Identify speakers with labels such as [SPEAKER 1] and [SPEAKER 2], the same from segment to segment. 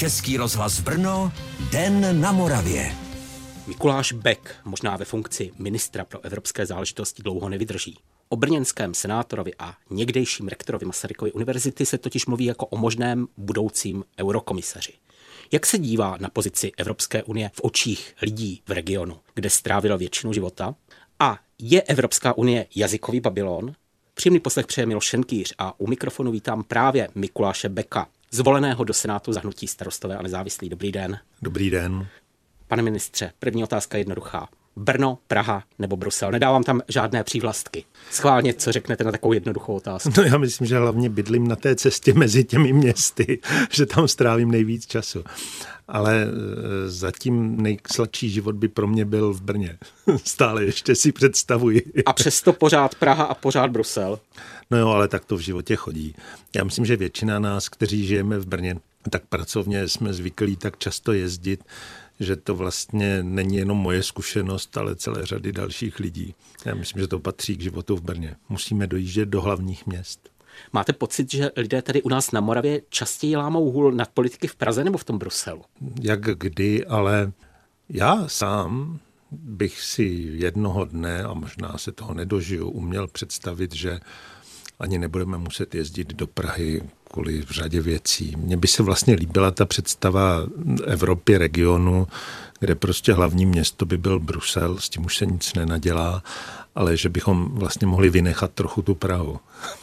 [SPEAKER 1] Český rozhlas Brno, Den na Moravě.
[SPEAKER 2] Mikuláš Bek možná ve funkci ministra pro evropské záležitosti dlouho nevydrží. O brněnském senátorovi a někdejším rektorovi Masarykovy univerzity se totiž mluví jako o možném budoucím eurokomisaři. Jak se dívá na pozici Evropské unie v očích lidí v regionu, kde strávil většinu života? A je Evropská unie jazykový Babylon? Příjemný poslech přeje Miloš Šenkýř a u mikrofonu vítám právě Mikuláše Beka, zvoleného do Senátu za hnutí Starostové a nezávislí. Dobrý den.
[SPEAKER 3] Dobrý den.
[SPEAKER 2] Pane ministře, první otázka je jednoduchá. Brno, Praha nebo Brusel? Nedávám tam žádné přívlastky. Schválně, co řeknete na takovou jednoduchou otázku?
[SPEAKER 3] No já myslím, že hlavně bydlím na té cestě mezi těmi městy, že tam strávím nejvíc času. Ale zatím nejsladší život by pro mě byl v Brně. Stále ještě si představuji.
[SPEAKER 2] A přesto pořád Praha a pořád Brusel?
[SPEAKER 3] No jo, ale tak to v životě chodí. Já myslím, že většina nás, kteří žijeme v Brně, tak pracovně jsme zvyklí tak často jezdit, že to vlastně není jenom moje zkušenost, ale celé řady dalších lidí. Já myslím, že to patří k životu v Brně. Musíme dojíždět do hlavních měst.
[SPEAKER 2] Máte pocit, že lidé tady u nás na Moravě častěji lámou hůl nad politiky v Praze nebo v tom Bruselu?
[SPEAKER 3] Jak kdy, ale já sám bych si jednoho dne, a možná se toho nedožiju, uměl představit, že ani nebudeme muset jezdit do Prahy kvůli řadě věcí. Mně by se vlastně líbila ta představa Evropy, regionu, kde prostě hlavní město by byl Brusel, s tím už se nic nenadělá, ale že bychom vlastně mohli vynechat trochu tu Prahu.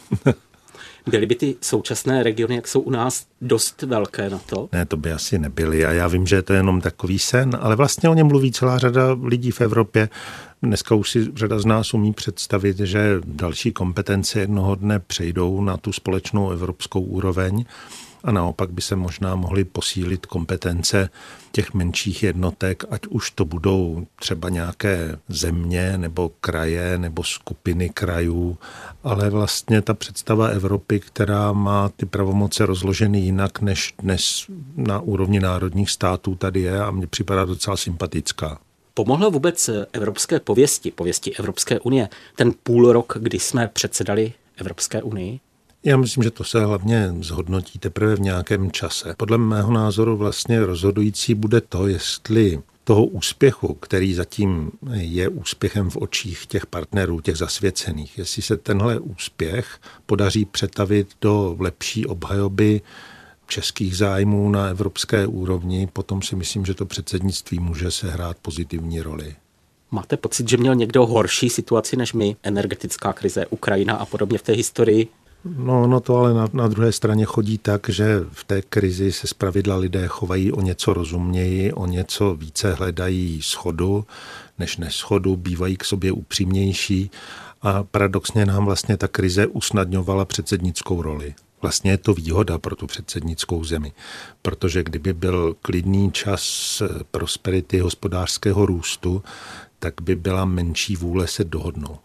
[SPEAKER 2] Byly by ty současné regiony, jak jsou u nás, dost velké na to?
[SPEAKER 3] Ne, to by asi nebyly a já vím, že to je jenom takový sen, ale vlastně o něm mluví celá řada lidí v Evropě. Dneska už si řada z nás umí představit, že další kompetence jednoho dne přejdou na tu společnou evropskou úroveň a naopak by se možná mohly posílit kompetence těch menších jednotek, ať už to budou třeba nějaké země nebo kraje nebo skupiny krajů, ale vlastně ta představa Evropy, která má ty pravomoce rozloženy jinak než dnes na úrovni národních států tady je a mně připadá docela sympatická.
[SPEAKER 2] Pomohlo vůbec evropské pověsti Evropské unie ten půl rok, kdy jsme předsedali Evropské unii?
[SPEAKER 3] Já myslím, že to se hlavně zhodnotí teprve v nějakém čase. Podle mého názoru vlastně rozhodující bude to, jestli toho úspěchu, který zatím je úspěchem v očích těch partnerů, těch zasvěcených, jestli se tenhle úspěch podaří přetavit do lepší obhajoby českých zájmů na evropské úrovni, potom si myslím, že to předsednictví může sehrát pozitivní roli.
[SPEAKER 2] Máte pocit, že měl někdo horší situaci než my? Energetická krize, Ukrajina a podobně v té historii?
[SPEAKER 3] No to ale na druhé straně chodí tak, že v té krizi se zpravidla lidé chovají o něco rozumněji, o něco více hledají shodu než neshodu, bývají k sobě upřímnější a paradoxně nám vlastně ta krize usnadňovala předsednickou roli. Vlastně je to výhoda pro tu předsednickou zemi, protože kdyby byl klidný čas prosperity, hospodářského růstu, tak by byla menší vůle se dohodnout.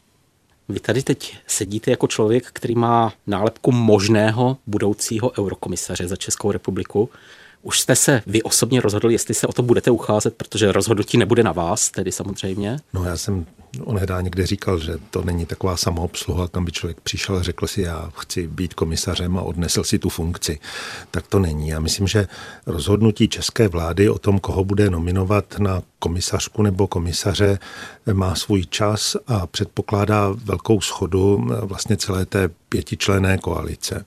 [SPEAKER 2] Vy tady teď sedíte jako člověk, který má nálepku možného budoucího eurokomisaře za Českou republiku. Už jste se vy osobně rozhodl, jestli se o to budete ucházet, protože rozhodnutí nebude na vás, tedy samozřejmě?
[SPEAKER 3] No já jsem onehdy někde říkal, že to není taková samoobsluha, kam by člověk přišel a řekl si, já chci být komisařem a odnesl si tu funkci. Tak to není. Já myslím, že rozhodnutí české vlády o tom, koho bude nominovat na komisařku nebo komisaře, má svůj čas a předpokládá velkou shodu vlastně celé té pětičlenné koalice.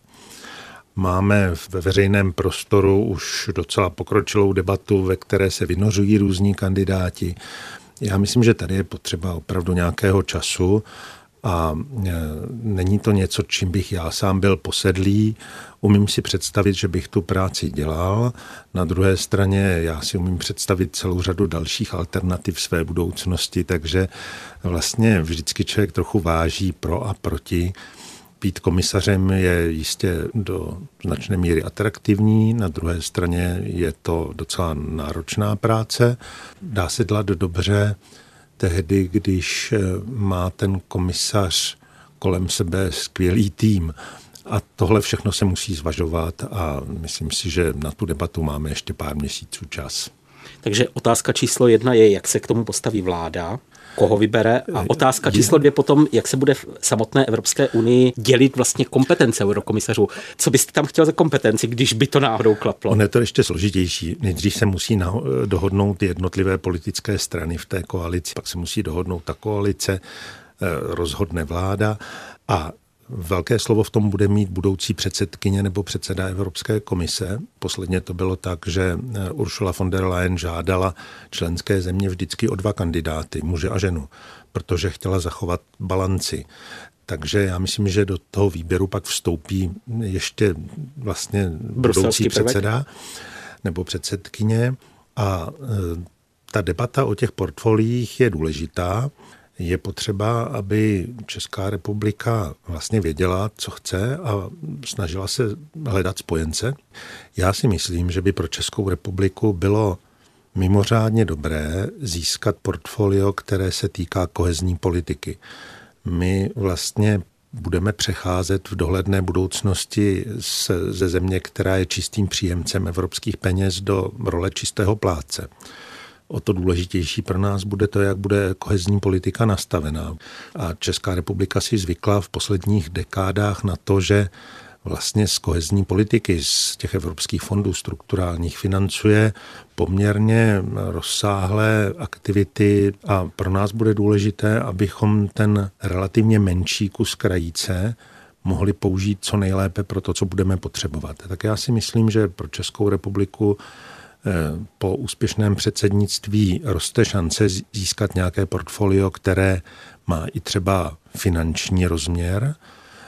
[SPEAKER 3] Máme ve veřejném prostoru už docela pokročilou debatu, ve které se vynořují různí kandidáti. Já myslím, že tady je potřeba opravdu nějakého času a není to něco, čím bych já sám byl posedlý. Umím si představit, že bych tu práci dělal. Na druhé straně já si umím představit celou řadu dalších alternativ své budoucnosti, takže vlastně vždycky člověk trochu váží pro a proti. Být komisařem je jistě do značné míry atraktivní, na druhé straně je to docela náročná práce. Dá se dělat dobře tehdy, když má ten komisař kolem sebe skvělý tým. A tohle všechno se musí zvažovat a myslím si, že na tu debatu máme ještě pár měsíců čas.
[SPEAKER 2] Takže otázka číslo 1 je, jak se k tomu postaví vláda. koho vybere. A otázka číslo 2 potom, jak se bude v samotné Evropské unii dělit vlastně kompetence eurokomisařů. Co byste tam chtěl za kompetenci, když by to náhodou klaplo?
[SPEAKER 3] Ono je to ještě složitější. Nejdřív se musí dohodnout jednotlivé politické strany v té koalici, pak se musí dohodnout ta koalice, rozhodne vláda a velké slovo v tom bude mít budoucí předsedkyně nebo předseda Evropské komise. Posledně to bylo tak, že Ursula von der Leyen žádala členské země vždycky o 2 kandidáty, muže a ženu, protože chtěla zachovat balanci. Takže já myslím, že do toho výběru pak vstoupí ještě vlastně budoucí předseda nebo předsedkyně a ta debata o těch portfoliích je důležitá. Je potřeba, aby Česká republika vlastně věděla, co chce a snažila se hledat spojence. Já si myslím, že by pro Českou republiku bylo mimořádně dobré získat portfolio, které se týká kohezní politiky. My vlastně budeme přecházet v dohledné budoucnosti ze země, která je čistým příjemcem evropských peněz, do role čistého plátce. O to důležitější pro nás bude to, jak bude kohezní politika nastavená. A Česká republika si zvykla v posledních dekádách na to, že vlastně z kohezní politiky, z těch evropských fondů strukturálních financuje poměrně rozsáhlé aktivity a pro nás bude důležité, abychom ten relativně menší kus krajíce mohli použít co nejlépe pro to, co budeme potřebovat. Tak já si myslím, že pro Českou republiku po úspěšném předsednictví roste šance získat nějaké portfolio, které má i třeba finanční rozměr.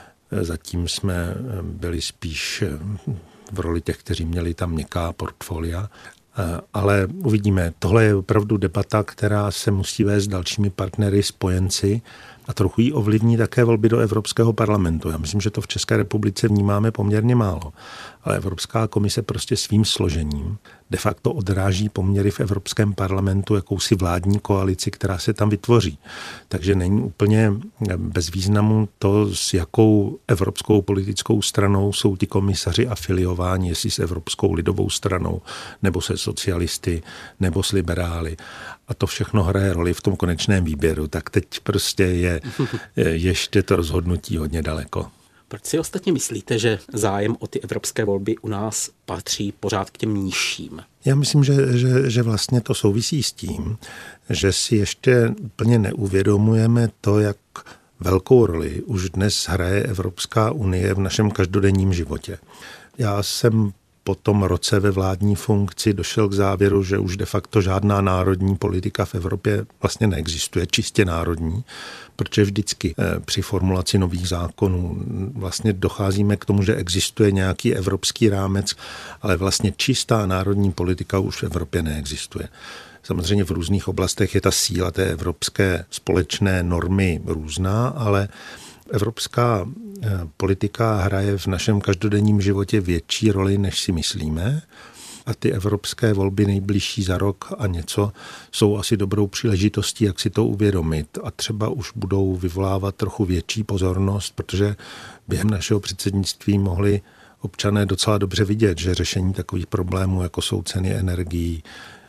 [SPEAKER 3] Zatím jsme byli spíš v roli těch, kteří měli tam měkká portfolia. Ale uvidíme. Tohle je opravdu debata, která se musí vést s dalšími partnery, spojenci a trochu ji ovlivní také volby do Evropského parlamentu. Já myslím, že to v České republice vnímáme poměrně málo. Ale Evropská komise prostě svým složením de facto odráží poměry v Evropském parlamentu, jakousi vládní koalici, která se tam vytvoří. Takže není úplně bez významu to, s jakou evropskou politickou stranou jsou ti komisaři afiliováni, jestli s Evropskou lidovou stranou, nebo se socialisty, nebo s liberály. A to všechno hraje roli v tom konečném výběru. Tak teď prostě je ještě to rozhodnutí hodně daleko.
[SPEAKER 2] Proč si ostatně myslíte, že zájem o ty evropské volby u nás patří pořád k těm nižším?
[SPEAKER 3] Já myslím, že vlastně to souvisí s tím, že si ještě úplně neuvědomujeme to, jak velkou roli už dnes hraje Evropská unie v našem každodenním životě. Já jsem po tom roce ve vládní funkci došel k závěru, že už de facto žádná národní politika v Evropě vlastně neexistuje, čistě národní, protože vždycky při formulaci nových zákonů vlastně docházíme k tomu, že existuje nějaký evropský rámec, ale vlastně čistá národní politika už v Evropě neexistuje. Samozřejmě v různých oblastech je ta síla té evropské společné normy různá, ale evropská politika hraje v našem každodenním životě větší roli, než si myslíme. A ty evropské volby nejbližší za rok a něco jsou asi dobrou příležitostí, jak si to uvědomit. A třeba už budou vyvolávat trochu větší pozornost, protože během našeho předsednictví mohli občané docela dobře vidět, že řešení takových problémů, jako jsou ceny energií,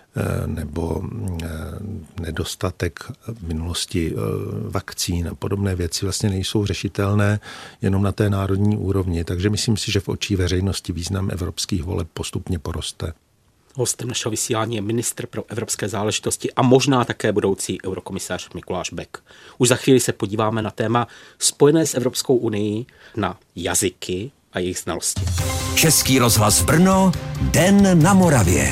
[SPEAKER 3] nebo nedostatek v minulosti vakcín a podobné věci vlastně nejsou řešitelné jenom na té národní úrovni. Takže myslím si, že v očí veřejnosti význam evropských voleb postupně poroste.
[SPEAKER 2] Hostem našeho vysílání je ministr pro evropské záležitosti a možná také budoucí eurokomisař Mikuláš Bek. Už za chvíli se podíváme na téma spojené s Evropskou unií, na jazyky a jejich znalosti.
[SPEAKER 1] Český rozhlas Brno, Den na Moravě.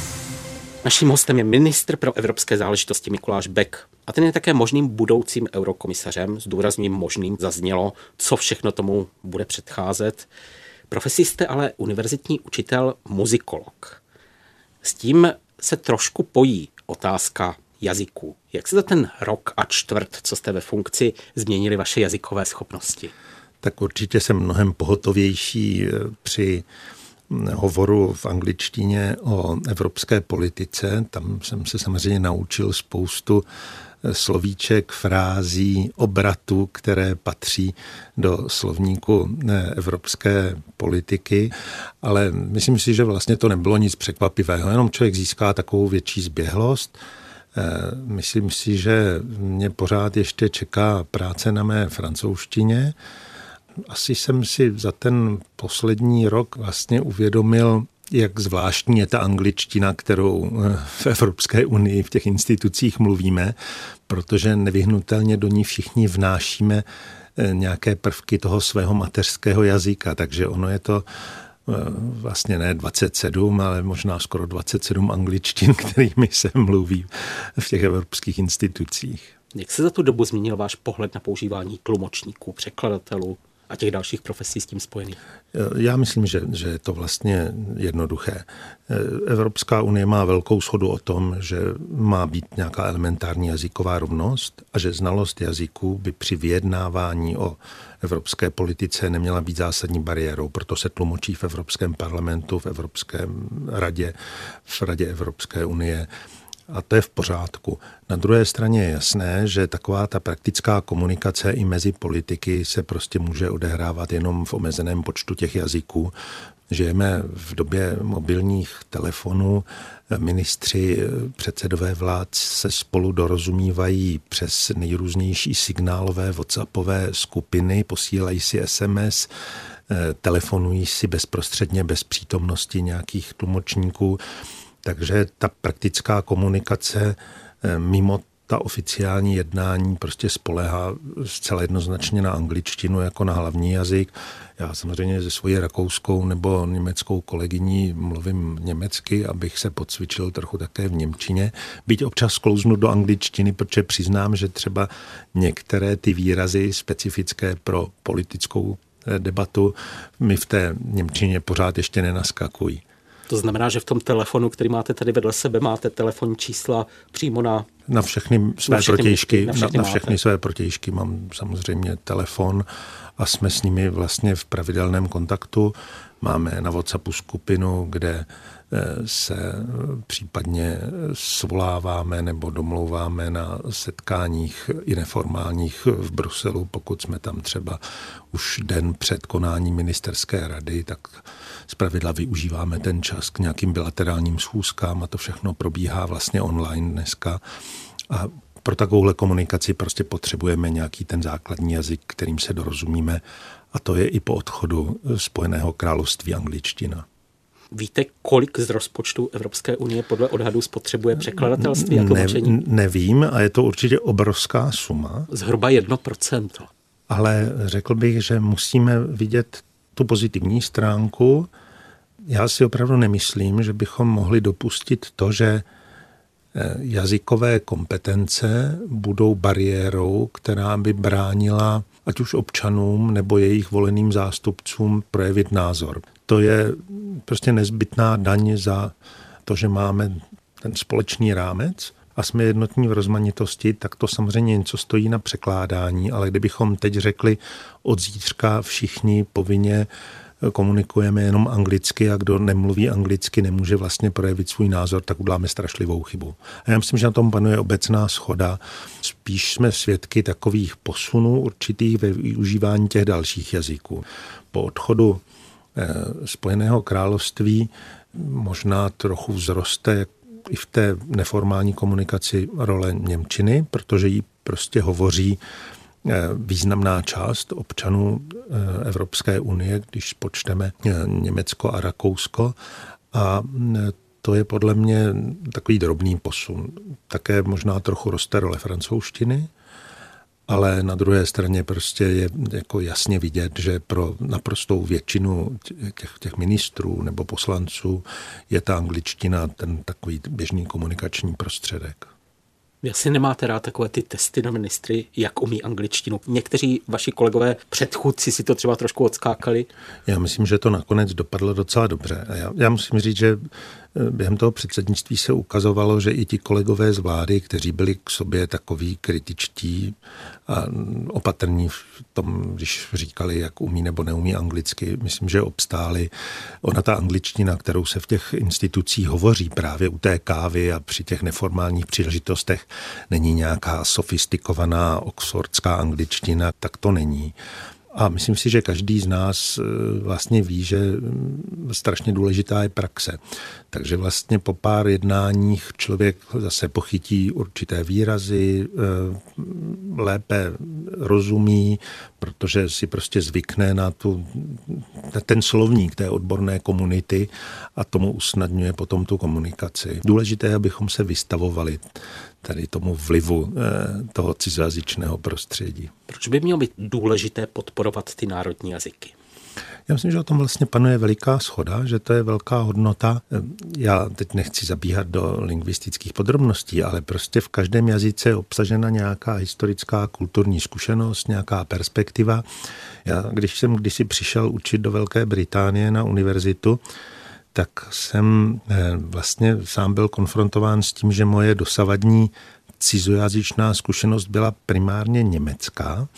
[SPEAKER 2] Naším hostem je ministr pro evropské záležitosti Mikuláš Bek. A ten je také možným budoucím eurokomisařem. Zdůrazním možným, zaznělo, co všechno tomu bude předcházet. Profesí jste ale univerzitní učitel, muzikolog. S tím se trošku pojí otázka jazyků. Jak se za ten rok a čtvrt, co jste ve funkci, změnily vaše jazykové schopnosti?
[SPEAKER 3] Tak určitě jsem mnohem pohotovější při hovoru v angličtině o evropské politice. Tam jsem se samozřejmě naučil spoustu slovíček, frází, obratů, které patří do slovníku evropské politiky, ale myslím si, že vlastně to nebylo nic překvapivého, jenom člověk získá takovou větší zběhlost. Myslím si, že mě pořád ještě čeká práce na mé francouzštině. Asi jsem si za ten poslední rok vlastně uvědomil, jak zvláštní je ta angličtina, kterou v Evropské unii v těch institucích mluvíme, protože nevyhnutelně do ní všichni vnášíme nějaké prvky toho svého mateřského jazyka, takže ono je to vlastně ne 27, ale možná skoro 27 angličtin, kterými se mluví v těch evropských institucích.
[SPEAKER 2] Jak se za tu dobu změnil váš pohled na používání tlumočníků, překladatelů a těch dalších profesí s tím spojených?
[SPEAKER 3] Já myslím, že je to vlastně jednoduché. Evropská unie má velkou shodu o tom, že má být nějaká elementární jazyková rovnost a že znalost jazyků by při vyjednávání o evropské politice neměla být zásadní bariérou. Proto se tlumočí v Evropském parlamentu, v Evropské radě, v Radě Evropské unie. A to je v pořádku. Na druhé straně je jasné, že taková ta praktická komunikace i mezi politiky se prostě může odehrávat jenom v omezeném počtu těch jazyků. Žijeme v době mobilních telefonů, ministři, předsedové vlád se spolu dorozumívají přes nejrůznější signálové WhatsAppové skupiny, posílají si SMS, telefonují si bezprostředně bez přítomnosti nějakých tlumočníků. Takže ta praktická komunikace mimo ta oficiální jednání prostě spoléhá zcela jednoznačně na angličtinu jako na hlavní jazyk. Já samozřejmě se svojí rakouskou nebo německou kolegyní mluvím německy, abych se podcvičil trochu také v němčině. Byť občas sklouznu do angličtiny, protože přiznám, že třeba některé ty výrazy specifické pro politickou debatu mi v té němčině pořád ještě nenaskakují.
[SPEAKER 2] To znamená, že v tom telefonu, který máte tady vedle sebe, máte telefonní čísla přímo
[SPEAKER 3] na všechny své protějšky. Na všechny své protějšky mám samozřejmě telefon a jsme s nimi vlastně v pravidelném kontaktu. Máme na WhatsAppu skupinu, kde se případně svoláváme nebo domlouváme na setkáních i neformálních v Bruselu, pokud jsme tam třeba už den před konáním ministerské rady, tak zpravidla využíváme ten čas k nějakým bilaterálním schůzkám a to všechno probíhá vlastně online dneska. A pro takovouhle komunikaci prostě potřebujeme nějaký ten základní jazyk, kterým se dorozumíme, a to je i po odchodu Spojeného království angličtina.
[SPEAKER 2] Víte, kolik z rozpočtu Evropské unie podle odhadů spotřebuje překladatelství a tlumočení?
[SPEAKER 3] Nevím a je to určitě obrovská suma.
[SPEAKER 2] Zhruba 1%.
[SPEAKER 3] Ale řekl bych, že musíme vidět tu pozitivní stránku. Já si opravdu nemyslím, že bychom mohli dopustit to, že jazykové kompetence budou bariérou, která by bránila ať už občanům nebo jejich voleným zástupcům projevit názor. To je prostě nezbytná daň za to, že máme ten společný rámec a jsme jednotní v rozmanitosti, tak to samozřejmě něco stojí na překládání, ale kdybychom teď řekli od zítřka všichni povinně komunikujeme jenom anglicky a kdo nemluví anglicky, nemůže vlastně projevit svůj názor, tak uděláme strašlivou chybu. A já myslím, že na tom panuje obecná shoda. Spíš jsme svědky takových posunů určitých ve využívání těch dalších jazyků. Po odchodu Spojeného království možná trochu vzroste i v té neformální komunikaci role němčiny, protože ji prostě hovoří významná část občanů Evropské unie, když počteme Německo a Rakousko. A to je podle mě takový drobný posun. Také možná trochu roste role francouzštiny, ale na druhé straně prostě je jako jasně vidět, že pro naprostou většinu těch ministrů nebo poslanců je ta angličtina ten takový běžný komunikační prostředek.
[SPEAKER 2] Vy asi nemáte rád takové ty testy na ministry, jak umí angličtinu. Někteří vaši kolegové předchůdci si to třeba trošku odskákali.
[SPEAKER 3] Já myslím, že to nakonec dopadlo docela dobře. A já musím říct, že během toho předsednictví se ukazovalo, že i ti kolegové z vlády, kteří byli k sobě takový kritičtí a opatrní v tom, když říkali, jak umí nebo neumí anglicky, myslím, že obstáli. Ona ta angličtina, kterou se v těch institucích hovoří právě u té kávy a při těch neformálních příležitostech, není nějaká sofistikovaná oxfordská angličtina, tak to není. A myslím si, že každý z nás vlastně ví, že strašně důležitá je praxe. Takže vlastně po pár jednáních člověk zase pochytí určité výrazy, lépe rozumí, protože si prostě zvykne na ten slovník té odborné komunity a tomu usnadňuje potom tu komunikaci. Důležité je, abychom se vystavovali tady tomu vlivu toho cizojazyčného prostředí.
[SPEAKER 2] Proč by mělo být důležité podporovat ty národní jazyky?
[SPEAKER 3] Já myslím, že o tom vlastně panuje veliká shoda, že to je velká hodnota. Já teď nechci zabíhat do lingvistických podrobností, ale prostě v každém jazyce je obsažena nějaká historická kulturní zkušenost, nějaká perspektiva. Já, když jsem kdysi přišel učit do Velké Británie na univerzitu, tak jsem vlastně sám byl konfrontován s tím, že moje dosavadní cizojazyčná zkušenost byla primárně německá.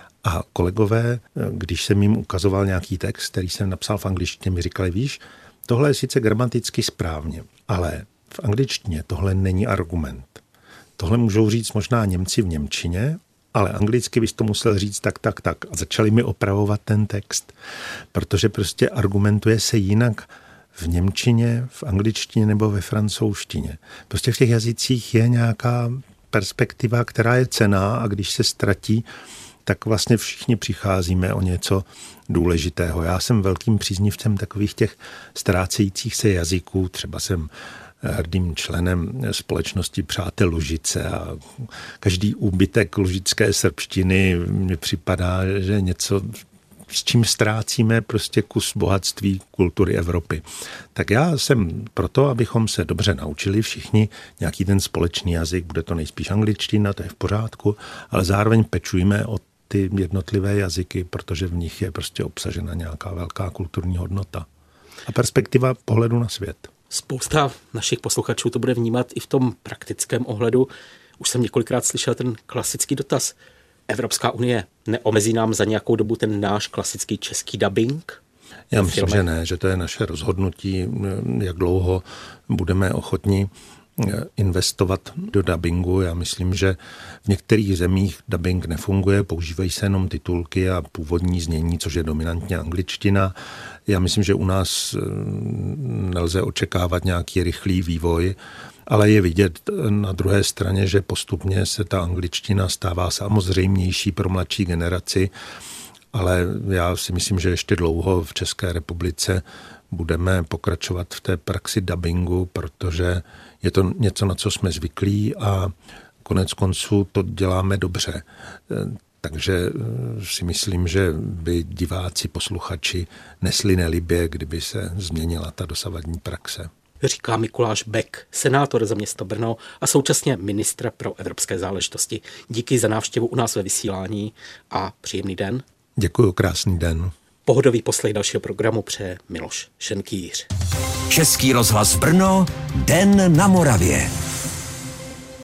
[SPEAKER 3] A kolegové, když jsem jim ukazoval nějaký text, který jsem napsal v angličtině, mi říkali, víš, tohle je sice gramaticky správně, ale v angličtině tohle není argument. Tohle můžou říct možná Němci v němčině, ale anglicky bys to musel říct tak. A začali mi opravovat ten text, protože prostě argumentuje se jinak v němčině, v angličtině nebo ve francouzštině. Prostě v těch jazycích je nějaká perspektiva, která je cenná a když se ztratí, tak vlastně všichni přicházíme o něco důležitého. Já jsem velkým příznivcem takových těch ztrácejících se jazyků. Třeba jsem hrdým členem společnosti Přátel Lužice a každý úbytek lužické srbštiny mi připadá, že něco, s čím ztrácíme prostě kus bohatství kultury Evropy. Tak já jsem proto, abychom se dobře naučili všichni nějaký ten společný jazyk, bude to nejspíš angličtina, to je v pořádku, ale zároveň pečujme o ty jednotlivé jazyky, protože v nich je prostě obsažena nějaká velká kulturní hodnota a perspektiva pohledu na svět.
[SPEAKER 2] Spousta našich posluchačů to bude vnímat i v tom praktickém ohledu. Už jsem několikrát slyšel ten klasický dotaz. Evropská unie neomezí nám za nějakou dobu ten náš klasický český dabing?
[SPEAKER 3] Já myslím, že ne, že to je naše rozhodnutí, jak dlouho budeme ochotni investovat do dabingu. Já myslím, že v některých zemích dabing nefunguje, používají se jenom titulky a původní znění, což je dominantně angličtina. Já myslím, že u nás nelze očekávat nějaký rychlý vývoj, ale je vidět na druhé straně, že postupně se ta angličtina stává samozřejmější pro mladší generaci, ale já si myslím, že ještě dlouho v České republice budeme pokračovat v té praxi dabingu, protože je to něco, na co jsme zvyklí a konec konců to děláme dobře. Takže si myslím, že by diváci, posluchači nesli nelibě, kdyby se změnila ta dosavadní praxe.
[SPEAKER 2] Říká Mikuláš Bek, senátor za město Brno a současně ministr pro evropské záležitosti. Díky za návštěvu u nás ve vysílání a příjemný den.
[SPEAKER 3] Děkuji, krásný den.
[SPEAKER 2] Pohodový poslech dalšího programu přeje Miloš Šenkýř.
[SPEAKER 1] Český rozhlas Brno, Den na Moravě.